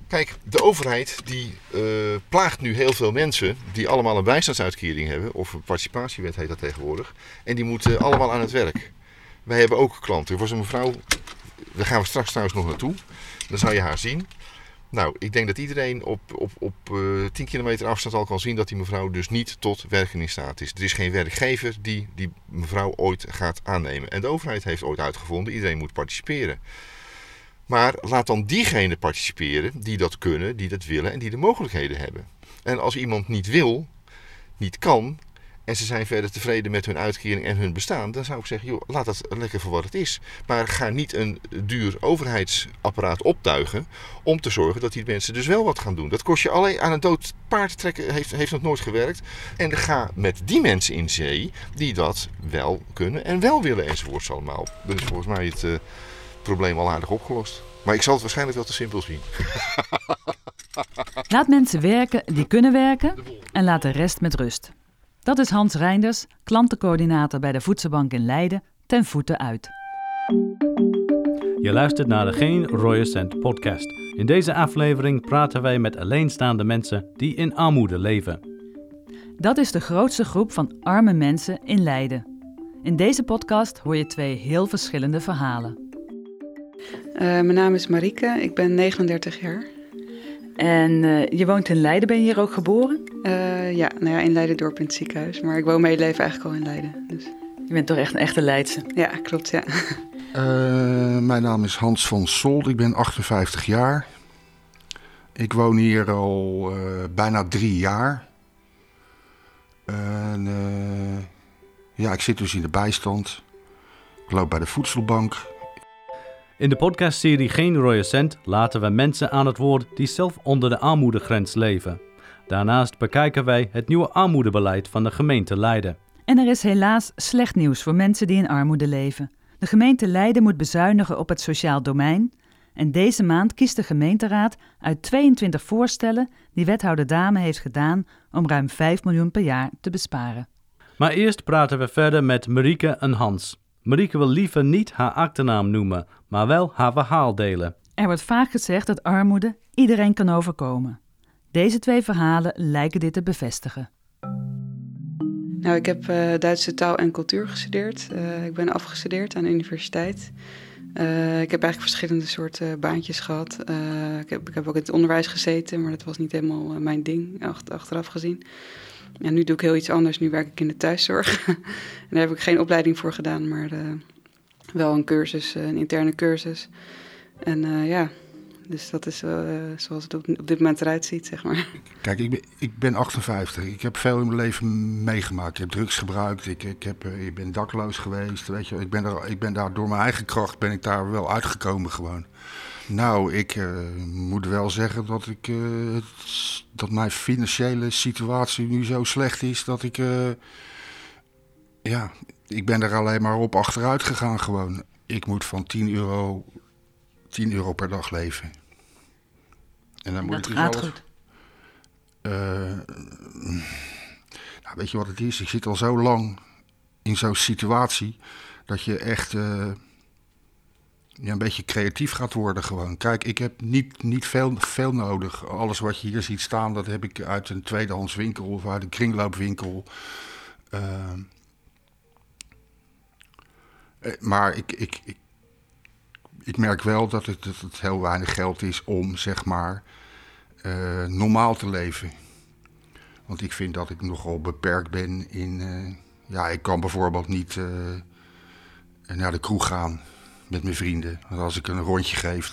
Kijk, de overheid die plaagt nu heel veel mensen die allemaal een bijstandsuitkering hebben. Of een participatiewet heet dat tegenwoordig. En die moeten allemaal aan het werk. Wij hebben ook klanten. Er was een mevrouw, daar gaan we straks trouwens nog naartoe. Dan zou je haar zien. Nou, ik denk dat iedereen op 10 kilometer afstand al kan zien dat die mevrouw dus niet tot werken in staat is. Er is geen werkgever die die mevrouw ooit gaat aannemen. En de overheid heeft ooit uitgevonden, iedereen moet participeren. Maar laat dan diegenen participeren die dat kunnen, die dat willen en die de mogelijkheden hebben. En als iemand niet wil, niet kan en ze zijn verder tevreden met hun uitkering en hun bestaan, dan zou ik zeggen, joh, laat dat lekker voor wat het is. Maar ga niet een duur overheidsapparaat optuigen om te zorgen dat die mensen dus wel wat gaan doen. Dat kost je alleen aan een dood paard trekken, heeft nog nooit gewerkt. En ga met die mensen in zee die dat wel kunnen en wel willen enzovoorts allemaal. Dus volgens mij het probleem al aardig opgelost. Maar ik zal het waarschijnlijk wel te simpel zien. Laat mensen werken die kunnen werken en laat de rest met rust. Dat is Hans Reinders, klantencoördinator bij de Voedselbank in Leiden, ten voeten uit. Je luistert naar de Geen Rode Cent podcast. In deze aflevering praten wij met alleenstaande mensen die in armoede leven. Dat is de grootste groep van arme mensen in Leiden. In deze podcast hoor je 2 heel verschillende verhalen. Mijn naam is Marieke, ik ben 39 jaar. En je woont in Leiden, ben je hier ook geboren? Ja, in Leiderdorp in het ziekenhuis. Maar ik woon mijn hele leven eigenlijk al in Leiden. Dus. Je bent toch echt een echte Leidse? Ja, klopt, ja. Mijn naam is Hans van Sold, ik ben 58 jaar. Ik woon hier al bijna 3 jaar. En ik zit dus in de bijstand. Ik loop bij de voedselbank. In de podcastserie Geen Rode Cent laten we mensen aan het woord die zelf onder de armoedegrens leven. Daarnaast bekijken wij het nieuwe armoedebeleid van de gemeente Leiden. En er is helaas slecht nieuws voor mensen die in armoede leven. De gemeente Leiden moet bezuinigen op het sociaal domein. En deze maand kiest de gemeenteraad uit 22 voorstellen die wethouder Dame heeft gedaan om ruim 5 miljoen per jaar te besparen. Maar eerst praten we verder met Marieke en Hans. Marieke wil liever niet haar achternaam noemen, maar wel haar verhaal delen. Er wordt vaak gezegd dat armoede iedereen kan overkomen. Deze 2 verhalen lijken dit te bevestigen. Nou, ik heb Duitse taal en cultuur gestudeerd. Ik ben afgestudeerd aan de universiteit. Ik heb eigenlijk verschillende soorten baantjes gehad. Ik heb ook in het onderwijs gezeten, maar dat was niet helemaal mijn ding, achteraf gezien. En nu doe ik heel iets anders. Nu werk ik in de thuiszorg. En daar heb ik geen opleiding voor gedaan, maar wel een cursus, een interne cursus. En dus dat is zoals het op dit moment eruit ziet, zeg maar. Kijk, ik ben 58. Ik heb veel in mijn leven meegemaakt. Ik heb drugs gebruikt. Ik ben dakloos geweest. Weet je, ik ben daar door mijn eigen kracht ben ik daar wel uitgekomen gewoon. Nou, ik moet wel zeggen dat mijn financiële situatie nu zo slecht is dat ik ben er alleen maar op achteruit gegaan gewoon. Ik moet van 10 euro per dag leven. En dan moet dat ik gaat alles... goed. Weet je wat het is? Ik zit al zo lang in zo'n situatie dat je echt een beetje creatief gaat worden gewoon. Kijk, ik heb niet veel nodig. Alles wat je hier ziet staan, dat heb ik uit een tweedehands winkel of uit een kringloopwinkel. Maar ik merk wel dat het heel weinig geld is om, zeg maar, normaal te leven. Want ik vind dat ik nogal beperkt ben in... ik kan bijvoorbeeld niet naar de kroeg gaan met mijn vrienden. Want als ik een rondje geef,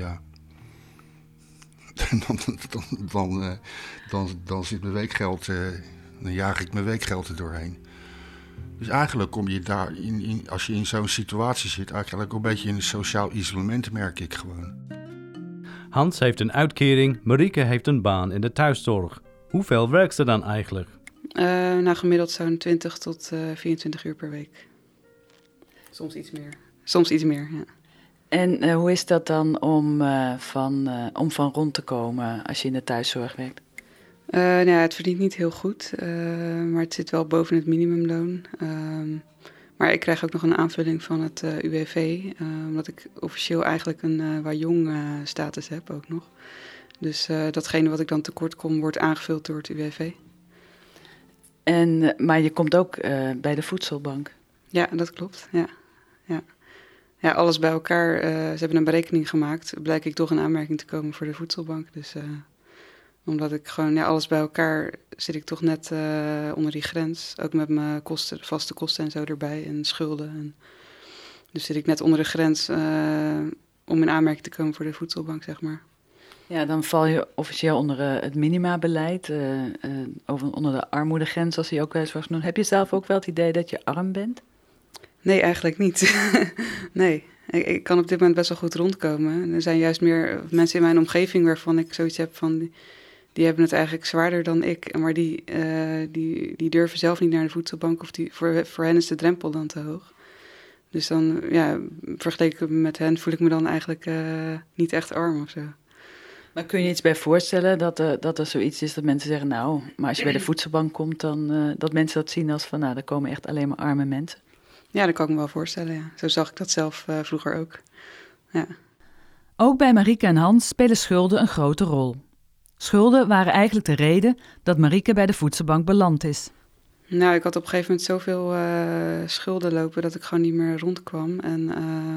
dan zit mijn weekgeld... dan jaag ik mijn weekgeld er doorheen. Dus eigenlijk kom je daar, als je in zo'n situatie zit, eigenlijk een beetje in een sociaal isolement, merk ik gewoon. Hans heeft een uitkering, Marieke heeft een baan in de thuiszorg. Hoeveel werkt ze dan eigenlijk? Gemiddeld zo'n 20 tot 24 uur per week. Soms iets meer, ja. En hoe is dat dan om van rond te komen als je in de thuiszorg werkt? Het verdient niet heel goed, maar het zit wel boven het minimumloon. Maar ik krijg ook nog een aanvulling van het UWV, omdat ik officieel eigenlijk een Wajong status heb ook nog. Dus datgene wat ik dan tekort kom, wordt aangevuld door het UWV. Maar je komt ook bij de voedselbank. Ja, dat klopt. Ja, alles bij elkaar. Ze hebben een berekening gemaakt. Blijk ik toch in aanmerking te komen voor de voedselbank. Dus omdat ik gewoon, alles bij elkaar zit ik toch net onder die grens. Ook met mijn kosten, vaste kosten en zo erbij en schulden. Dus zit ik net onder de grens om in aanmerking te komen voor de voedselbank, zeg maar. Ja, dan val je officieel onder het minimabeleid, onder de armoedegrens, zoals die ook wel eens was genoemd. Heb je zelf ook wel het idee dat je arm bent? Nee, eigenlijk niet. Nee, ik kan op dit moment best wel goed rondkomen. Er zijn juist meer mensen in mijn omgeving waarvan ik zoiets heb van... Die hebben het eigenlijk zwaarder dan ik. Maar die durven zelf niet naar de voedselbank. Of voor hen is de drempel dan te hoog. Dus dan, vergeleken met hen voel ik me dan eigenlijk niet echt arm of zo. Maar kun je iets bij voorstellen dat er zoiets is dat mensen zeggen... nou, maar als je bij de voedselbank komt, dan dat mensen dat zien als van... nou, er komen echt alleen maar arme mensen. Ja, dat kan ik me wel voorstellen, ja. Zo zag ik dat zelf vroeger ook. Ja. Ook bij Marieke en Hans spelen schulden een grote rol. Schulden waren eigenlijk de reden dat Marieke bij de voedselbank beland is. Nou, ik had op een gegeven moment zoveel schulden lopen dat ik gewoon niet meer rondkwam. En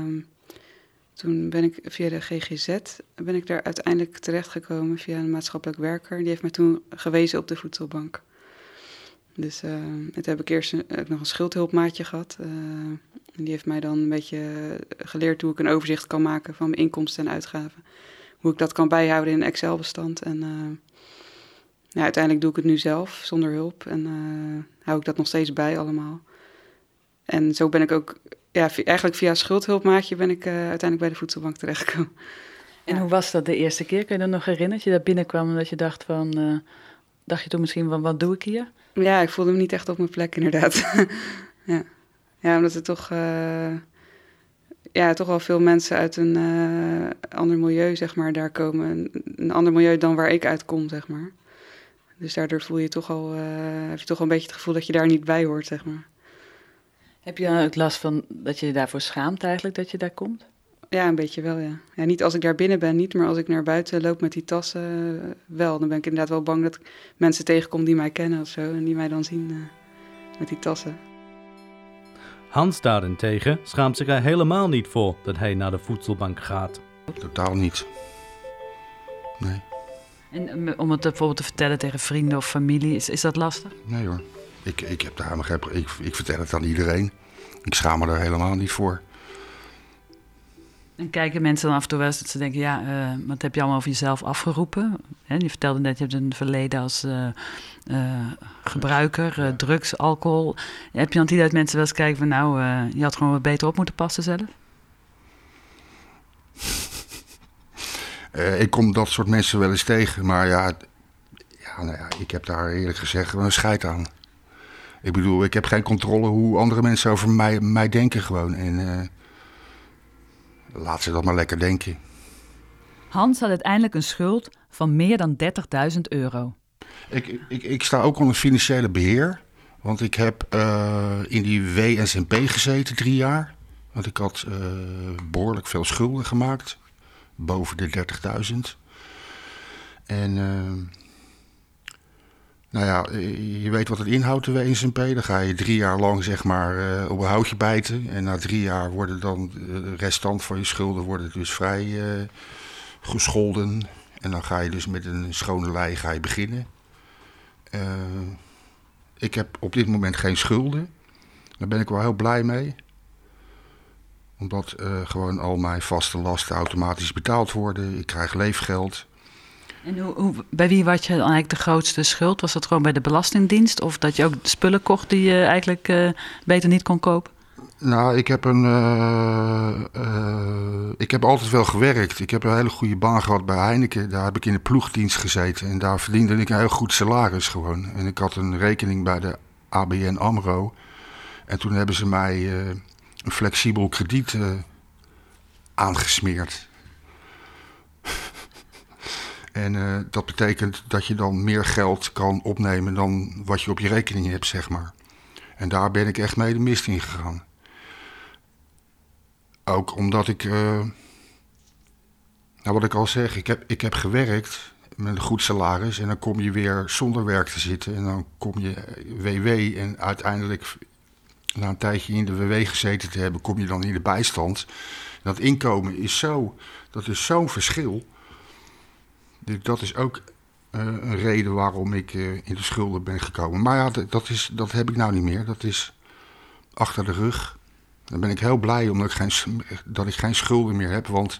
toen ben ik via de GGZ daar uiteindelijk terechtgekomen via een maatschappelijk werker. Die heeft mij toen gewezen op de voedselbank. Dus toen heb ik eerst nog een schuldhulpmaatje gehad. En die heeft mij dan een beetje geleerd hoe ik een overzicht kan maken van mijn inkomsten en uitgaven. Hoe ik dat kan bijhouden in een Excel-bestand. En uiteindelijk doe ik het nu zelf, zonder hulp. En hou ik dat nog steeds bij allemaal. En zo ben ik ook, eigenlijk via schuldhulpmaatje ben ik uiteindelijk bij de voedselbank terechtgekomen. En hoe was dat de eerste keer? Kun je dat nog herinneren? Dat je daar binnenkwam en dat je dacht van... dacht je toen misschien van, wat doe ik hier? Ja, ik voelde me niet echt op mijn plek, inderdaad. Ja, omdat er toch wel veel mensen uit een ander milieu, zeg maar, daar komen. Een ander milieu dan waar ik uit kom, zeg maar. Dus daardoor heb je toch al een beetje het gevoel dat je daar niet bij hoort, zeg maar. Heb je dan ook last van dat je je daarvoor schaamt eigenlijk, dat je daar komt? Ja, een beetje wel, ja. Ja, niet als ik daar binnen ben, niet, maar als ik naar buiten loop met die tassen, wel. Dan ben ik inderdaad wel bang dat ik mensen tegenkom die mij kennen of zo. En die mij dan zien met die tassen. Hans daarentegen schaamt zich er helemaal niet voor dat hij naar de voedselbank gaat. Totaal niet. Nee. En om het bijvoorbeeld te vertellen tegen vrienden of familie, is dat lastig? Nee hoor. Ik heb daar helemaal geen... Ik vertel het aan iedereen. Ik schaam me er helemaal niet voor. En kijken mensen dan af en toe wel eens dat ze denken... wat heb je allemaal over jezelf afgeroepen? Je vertelde net, je hebt een verleden als gebruiker, drugs, alcohol. Heb je dan het idee dat mensen wel eens kijken van... je had gewoon wat beter op moeten passen zelf? Ik kom dat soort mensen wel eens tegen, maar ik heb daar eerlijk gezegd een scheid aan. Ik bedoel, ik heb geen controle hoe andere mensen over mij denken gewoon. En laat ze dat maar lekker denken. Hans had uiteindelijk een schuld van meer dan €30.000. Ik sta ook onder financiële beheer. Want ik heb in die WSNP gezeten 3 jaar. Want ik had behoorlijk veel schulden gemaakt. Boven de 30.000. En je weet wat het inhoudt, de WSNP. Dan ga je 3 jaar lang zeg maar op een houtje bijten. En na 3 jaar worden dan de restant van je schulden worden dus vrij gescholden. En dan ga je dus met een schone lei beginnen. Ik heb op dit moment geen schulden. Daar ben ik wel heel blij mee. Omdat gewoon al mijn vaste lasten automatisch betaald worden. Ik krijg leefgeld. En bij wie was je dan eigenlijk de grootste schuld? Was dat gewoon bij de Belastingdienst? Of dat je ook spullen kocht die je eigenlijk beter niet kon kopen? Nou, ik heb altijd wel gewerkt. Ik heb een hele goede baan gehad bij Heineken. Daar heb ik in de ploegdienst gezeten. En daar verdiende ik een heel goed salaris gewoon. En ik had een rekening bij de ABN AMRO. En toen hebben ze mij een flexibel krediet aangesmeerd. En dat betekent dat je dan meer geld kan opnemen dan wat je op je rekening hebt, zeg maar. En daar ben ik echt mee de mist in gegaan. ook omdat ik, wat ik al zeg, ik heb gewerkt met een goed salaris en dan kom je weer zonder werk te zitten en dan kom je WW en uiteindelijk na een tijdje in de WW gezeten te hebben, kom je dan in de bijstand. Dat inkomen is zo'n verschil. Dus dat is ook een reden waarom ik in de schulden ben gekomen. Maar ja, dat heb ik nou niet meer. Dat is achter de rug. Dan ben ik heel blij omdat ik geen schulden meer heb. Want,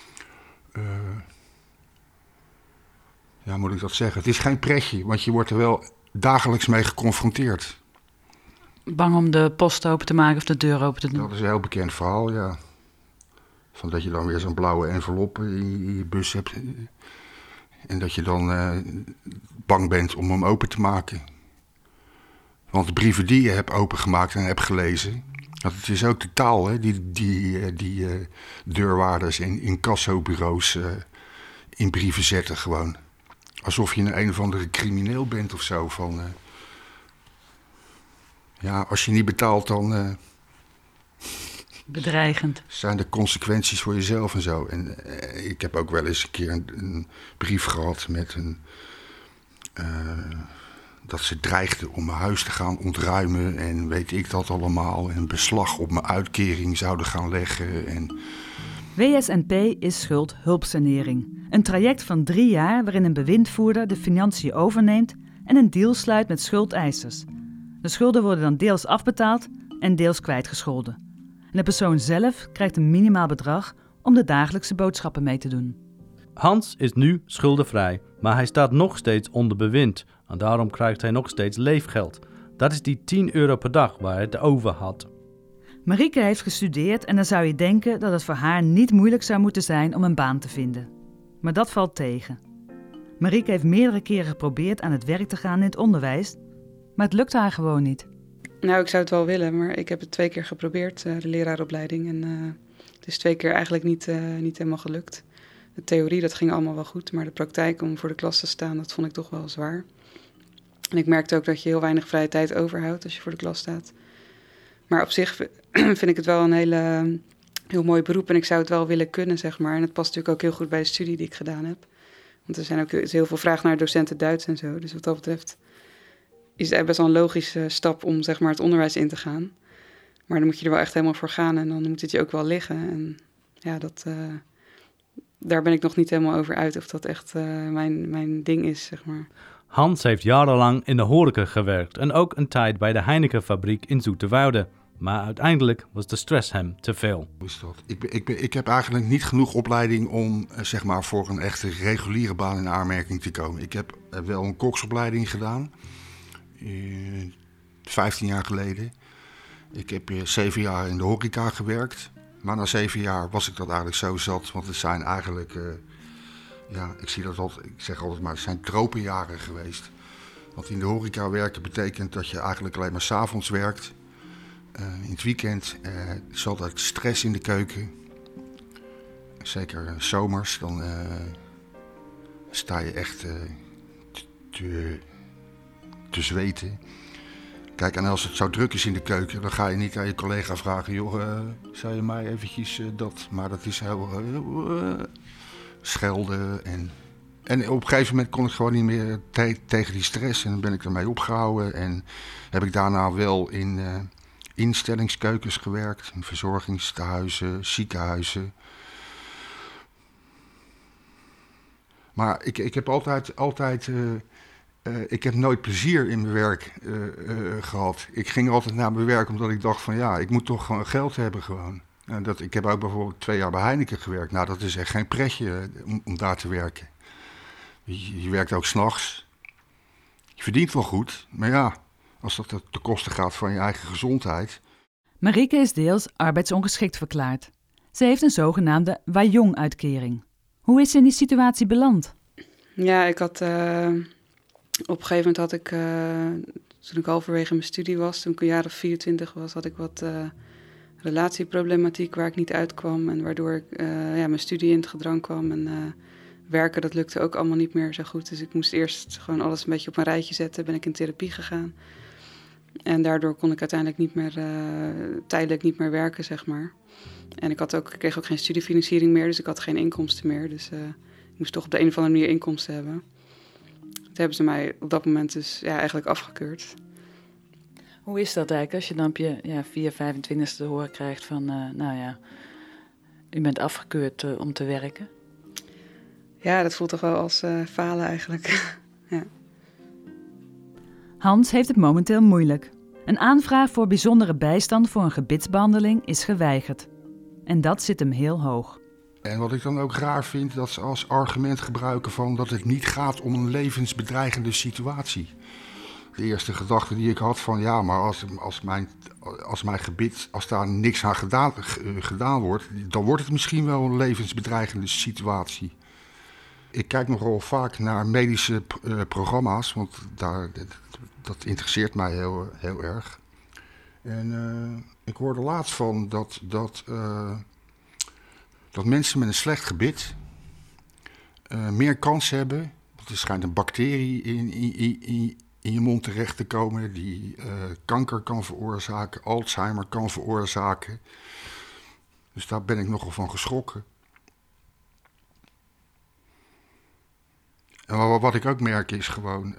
moet ik dat zeggen? Het is geen pretje, want je wordt er wel dagelijks mee geconfronteerd. Bang om de post open te maken of de deur open te doen? Dat is een heel bekend verhaal, ja. Van dat je dan weer zo'n blauwe envelop in je bus hebt. En dat je dan bang bent om hem open te maken. Want de brieven die je hebt opengemaakt en hebt gelezen, dat het is ook de taal, hè, die deurwaarders en incassobureaus in brieven zetten gewoon. Alsof je een of andere crimineel bent of zo. Van, als je niet betaalt dan... Bedreigend. Zijn de consequenties voor jezelf en zo. En ik heb ook wel eens een keer een brief gehad met dat ze dreigden om mijn huis te gaan ontruimen en weet ik dat allemaal. En beslag op mijn uitkering zouden gaan leggen. En... WSNP is schuldhulpsanering. Een traject van 3 jaar waarin een bewindvoerder de financiën overneemt en een deal sluit met schuldeisers. De schulden worden dan deels afbetaald en deels kwijtgescholden. En de persoon zelf krijgt een minimaal bedrag om de dagelijkse boodschappen mee te doen. Hans is nu schuldenvrij, maar hij staat nog steeds onder bewind. En daarom krijgt hij nog steeds leefgeld. Dat is die €10 per dag waar hij het over had. Marieke heeft gestudeerd en dan zou je denken dat het voor haar niet moeilijk zou moeten zijn om een baan te vinden. Maar dat valt tegen. Marieke heeft meerdere keren geprobeerd aan het werk te gaan in het onderwijs, maar het lukte haar gewoon niet. Nou, ik zou het wel willen, maar ik heb het 2 keer geprobeerd, de leraaropleiding. En het is 2 keer eigenlijk niet helemaal gelukt. De theorie, dat ging allemaal wel goed, maar de praktijk om voor de klas te staan, dat vond ik toch wel zwaar. En ik merkte ook dat je heel weinig vrije tijd overhoudt als je voor de klas staat. Maar op zich vind ik het wel een heel mooi beroep en ik zou het wel willen kunnen, zeg maar. En het past natuurlijk ook heel goed bij de studie die ik gedaan heb. Want er is heel veel vraag naar docenten Duits en zo. Dus wat dat betreft is het best wel een logische stap om, zeg maar, het onderwijs in te gaan. Maar dan moet je er wel echt helemaal voor gaan en dan moet het je ook wel liggen. En ja, daar ben ik nog niet helemaal over uit of dat echt mijn ding is, zeg maar. Hans heeft jarenlang in de horeca gewerkt en ook een tijd bij de Heineken-fabriek in Zoeterwoude. Maar uiteindelijk was de stress hem te veel. Hoe is dat? Ik heb eigenlijk niet genoeg opleiding om zeg maar, voor een echte reguliere baan in aanmerking te komen. Ik heb wel een koksopleiding gedaan, 15 jaar geleden. Ik heb 7 jaar in de horeca gewerkt. Maar na 7 jaar was ik dat eigenlijk zo zat, want het zijn eigenlijk... ik zeg altijd maar, het zijn tropenjaren geweest. Want in de horeca werken betekent dat je eigenlijk alleen maar 's avonds werkt. In het weekend is altijd stress in de keuken. Zeker zomers, dan sta je echt te zweten. Kijk, en als het zo druk is in de keuken, dan ga je niet aan je collega vragen... joh, zou je mij eventjes dat... Maar dat is heel... schelden en op een gegeven moment kon ik gewoon niet meer tegen die stress en dan ben ik ermee opgehouden en heb ik daarna wel in instellingskeukens gewerkt, in verzorgingstehuizen, ziekenhuizen. Maar ik heb altijd ik heb nooit plezier in mijn werk gehad. Ik ging altijd naar mijn werk omdat ik dacht van ja, ik moet toch gewoon geld hebben gewoon. Ik heb ook bijvoorbeeld 2 jaar bij Heineken gewerkt. Nou, dat is echt geen pretje om daar te werken. Je werkt ook 's nachts. Je verdient wel goed, maar ja, als dat ten koste gaat van je eigen gezondheid. Marieke is deels arbeidsongeschikt verklaard. Ze heeft een zogenaamde Wajong-uitkering. Hoe is ze in die situatie beland? Ja, ik had... op een gegeven moment had ik... toen ik halverwege mijn studie was, toen ik een jaar of 24 was, had ik wat... relatieproblematiek waar ik niet uitkwam en waardoor ik mijn studie in het gedrang kwam en werken, dat lukte ook allemaal niet meer zo goed. Dus ik moest eerst gewoon alles een beetje op een rijtje zetten, ben ik in therapie gegaan. En daardoor kon ik uiteindelijk tijdelijk niet meer werken, zeg maar. En ik kreeg ook geen studiefinanciering meer, dus ik had geen inkomsten meer. Dus ik moest toch op de een of andere manier inkomsten hebben. Toen hebben ze mij op dat moment dus eigenlijk afgekeurd. Hoe is dat eigenlijk als je dan op je 25e te horen krijgt van... u bent afgekeurd om te werken? Ja, dat voelt toch wel als falen eigenlijk. Ja. Hans heeft het momenteel moeilijk. Een aanvraag voor bijzondere bijstand voor een gebitsbehandeling is geweigerd. En dat zit hem heel hoog. En wat ik dan ook raar vind, dat ze als argument gebruiken van dat het niet gaat om een levensbedreigende situatie. De eerste gedachte die ik had van ja, maar als mijn gebit, als daar niks aan gedaan wordt, dan wordt het misschien wel een levensbedreigende situatie. Ik kijk nogal vaak naar medische programma's, want dat interesseert mij heel erg. En ik hoorde laatst van dat mensen met een slecht gebit meer kans hebben. Er schijnt een bacterie in je mond terecht te komen die kanker kan veroorzaken, Alzheimer kan veroorzaken. Dus daar ben ik nogal van geschrokken. En wat ik ook merk is gewoon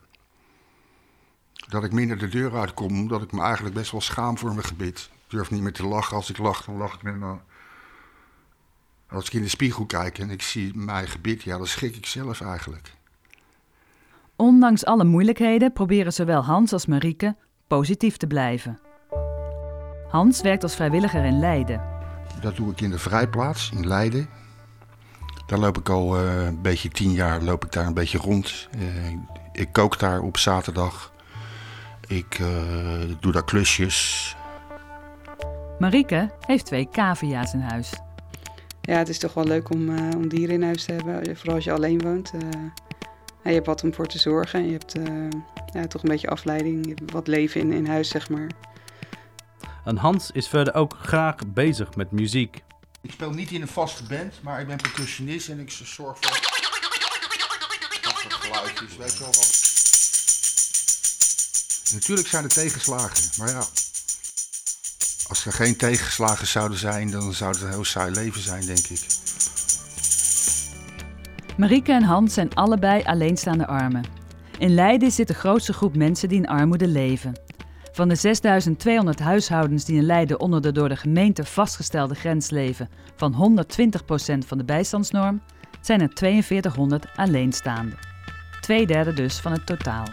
dat ik minder de deur uitkom, omdat ik me eigenlijk best wel schaam voor mijn gebit. Ik durf niet meer te lachen. Als ik lach, dan lach ik met me. Als ik in de spiegel kijk en ik zie mijn gebit, dan schrik ik zelf eigenlijk. Ondanks alle moeilijkheden proberen zowel Hans als Marieke positief te blijven. Hans werkt als vrijwilliger in Leiden. Dat doe ik in de Vrijplaats in Leiden. Daar loop ik al een beetje 10 jaar een beetje rond. Ik kook daar op zaterdag. Ik doe daar klusjes. Marieke heeft 2 cavia's in huis. Ja, het is toch wel leuk om dieren in huis te hebben, vooral als je alleen woont. Je hebt wat om voor te zorgen en je hebt toch een beetje afleiding. Je hebt wat leven in huis, zeg maar. En Hans is verder ook graag bezig met muziek. Ik speel niet in een vaste band, maar ik ben percussionist en ik zorg voor geluidjes, weet je wel wat. Natuurlijk zijn er tegenslagen, maar ja, als er geen tegenslagen zouden zijn, dan zou het een heel saai leven zijn, denk ik. Marieke en Hans zijn allebei alleenstaande armen. In Leiden zit de grootste groep mensen die in armoede leven. Van de 6.200 huishoudens die in Leiden onder de door de gemeente vastgestelde grens leven van 120% van de bijstandsnorm, zijn er 4200 alleenstaanden. 2/3 dus van het totaal.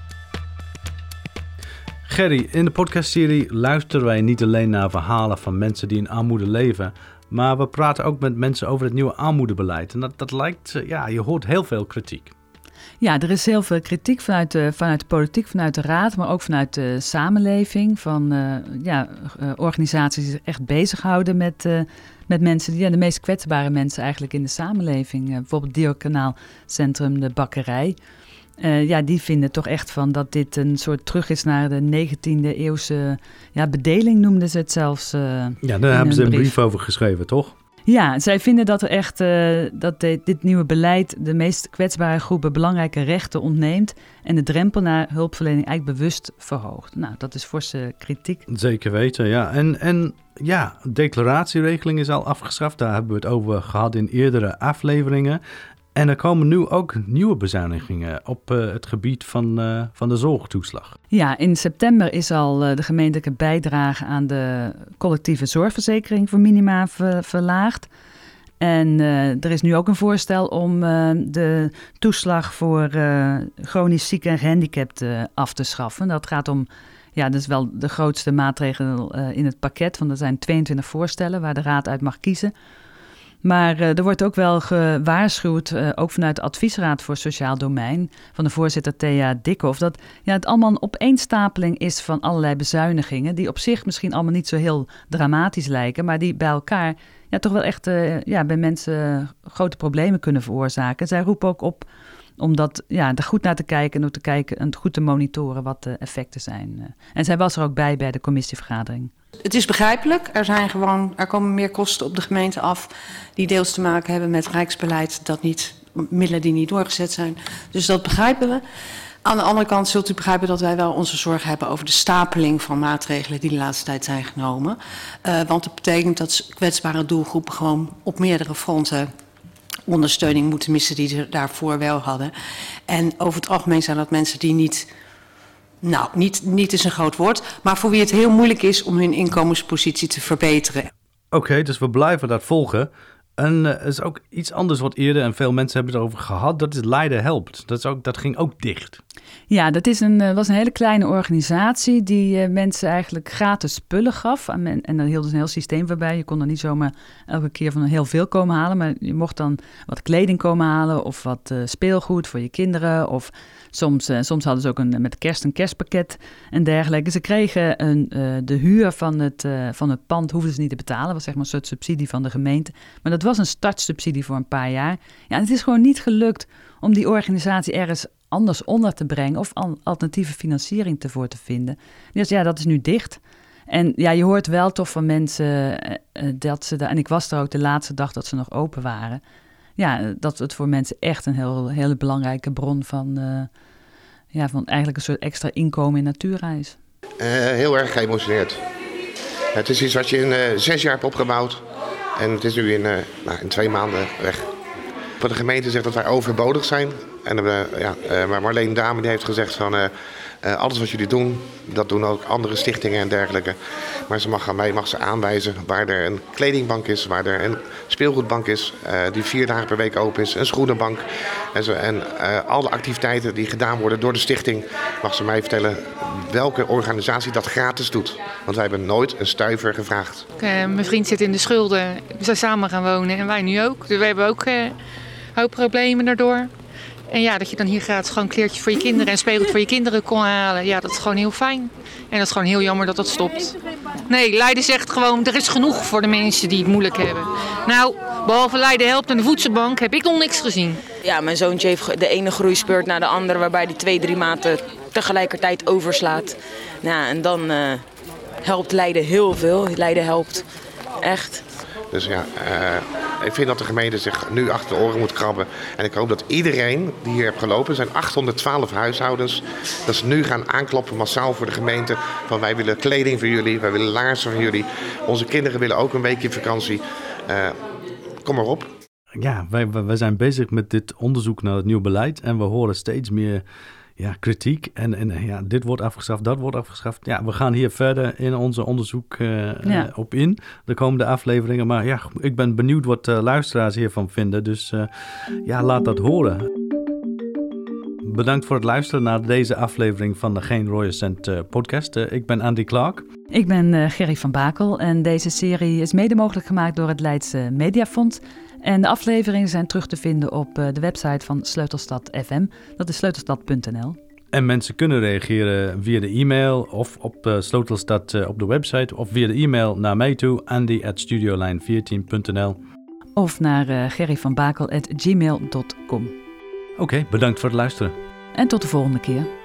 Gerry, in de podcastserie luisteren wij niet alleen naar verhalen van mensen die in armoede leven, maar we praten ook met mensen over het nieuwe armoedebeleid. En dat lijkt, je hoort heel veel kritiek. Ja, er is heel veel kritiek vanuit de politiek, vanuit de raad, maar ook vanuit de samenleving. Van organisaties die zich echt bezighouden met mensen, de meest kwetsbare mensen eigenlijk in de samenleving. Bijvoorbeeld Diakonaal Centrum De Bakkerij. Die vinden toch echt van dat dit een soort terug is naar de 19e eeuwse bedeling, noemden ze het zelfs. Daar hebben ze een brief over geschreven, toch? Ja, zij vinden dat er echt dit nieuwe beleid de meest kwetsbare groepen belangrijke rechten ontneemt en de drempel naar hulpverlening eigenlijk bewust verhoogt. Nou, dat is forse kritiek. Zeker weten, ja. En declaratieregeling is al afgeschaft. Daar hebben we het over gehad in eerdere afleveringen. En er komen nu ook nieuwe bezuinigingen op het gebied van de zorgtoeslag. Ja, in september is al de gemeentelijke bijdrage aan de collectieve zorgverzekering voor minima verlaagd. En er is nu ook een voorstel om de toeslag voor chronisch zieken en gehandicapten af te schaffen. Dat gaat om, dat is wel de grootste maatregel in het pakket, want er zijn 22 voorstellen waar de raad uit mag kiezen. Maar er wordt ook wel gewaarschuwd, ook vanuit de adviesraad voor sociaal domein, van de voorzitter Thea Dikhoff, dat het allemaal een opeenstapeling is van allerlei bezuinigingen, die op zich misschien allemaal niet zo heel dramatisch lijken, maar die bij elkaar toch wel echt bij mensen grote problemen kunnen veroorzaken. Zij roepen ook op om er goed naar te kijken en goed te monitoren wat de effecten zijn. En zij was er ook bij de commissievergadering. Het is begrijpelijk. Er komen meer kosten op de gemeente af die deels te maken hebben met rijksbeleid, middelen die niet doorgezet zijn. Dus dat begrijpen we. Aan de andere kant zult u begrijpen dat wij wel onze zorgen hebben over de stapeling van maatregelen die de laatste tijd zijn genomen. Want het betekent dat kwetsbare doelgroepen gewoon op meerdere fronten ondersteuning moeten missen die ze daarvoor wel hadden. En over het algemeen zijn dat mensen die niet is een groot woord, maar voor wie het heel moeilijk is om hun inkomenspositie te verbeteren. Oké, dus we blijven dat volgen. En er is ook iets anders wat eerder, en veel mensen hebben het over gehad, dat is Leiden Helpt. Dat ging ook dicht. Ja, dat was een hele kleine organisatie die mensen eigenlijk gratis spullen gaf. En dan hielden ze een heel systeem voorbij. Je kon er niet zomaar elke keer van heel veel komen halen. Maar je mocht dan wat kleding komen halen of wat speelgoed voor je kinderen. Of soms hadden ze ook met kerst een kerstpakket en dergelijke. Ze kregen de huur van het pand, hoefden ze niet te betalen. Dat was zeg maar een soort subsidie van de gemeente. Maar dat was een startsubsidie voor een paar jaar. Ja, en het is gewoon niet gelukt om die organisatie ergens anders onder te brengen of alternatieve financiering ervoor te vinden. Dus ja, dat is nu dicht. En ja, je hoort wel toch van mensen dat ze daar, en ik was er ook de laatste dag dat ze nog open waren. Ja, dat het voor mensen echt een hele belangrijke bron van eigenlijk een soort extra inkomen in natura is. Heel erg geëmotioneerd. Het is iets wat je in 6 jaar hebt opgebouwd en het is nu in 2 maanden weg. De gemeente zegt dat wij overbodig zijn. En maar Marleen Dame die heeft gezegd van alles wat jullie doen, dat doen ook andere stichtingen en dergelijke. Maar mij mag ze aanwijzen waar er een kledingbank is, waar er een speelgoedbank is, die 4 dagen per week open is, een schoenenbank. En alle activiteiten die gedaan worden door de stichting, mag ze mij vertellen welke organisatie dat gratis doet. Want wij hebben nooit een stuiver gevraagd. Mijn vriend zit in de schulden, we zijn samen gaan wonen en wij nu ook. Dus we hebben ook hoop problemen daardoor. En ja, dat je dan hier gratis gewoon kleertjes voor je kinderen en speelgoed voor je kinderen kon halen. Ja, dat is gewoon heel fijn. En dat is gewoon heel jammer dat dat stopt. Nee, Leiden zegt gewoon, er is genoeg voor de mensen die het moeilijk hebben. Nou, behalve Leiden Helpt en de voedselbank heb ik nog niks gezien. Ja, mijn zoontje heeft de ene groeispurt naar de andere, waarbij die 2-3 maanden tegelijkertijd overslaat. Nou, en dan helpt Leiden heel veel. Leiden helpt echt. Dus ja, ik vind dat de gemeente zich nu achter de oren moet krabben. En ik hoop dat iedereen die hier heeft gelopen, er zijn 812 huishoudens, dat ze nu gaan aankloppen massaal voor de gemeente. Van wij willen kleding voor jullie, wij willen laarzen voor jullie. Onze kinderen willen ook een weekje vakantie. Kom maar op. Ja, wij zijn bezig met dit onderzoek naar het nieuwe beleid en we horen steeds meer kritiek. En dit wordt afgeschaft, dat wordt afgeschaft. Ja, we gaan hier verder in onze onderzoek op in, de komende afleveringen. Maar ja, ik ben benieuwd wat luisteraars hiervan vinden. Dus laat dat horen. Bedankt voor het luisteren naar deze aflevering van de Geen Rode Cent podcast. Ik ben Andy Clark. Ik ben Gerry van Bakel en deze serie is mede mogelijk gemaakt door het Leidse Mediafonds. En de afleveringen zijn terug te vinden op de website van Sleutelstad FM. Dat is sleutelstad.nl. En mensen kunnen reageren via de e-mail of op Sleutelstad op de website. Of via de e-mail naar mij toe, andy@studiolijn14.nl. Of naar gerryvanbakel@gmail.com. Oké, bedankt voor het luisteren. En tot de volgende keer.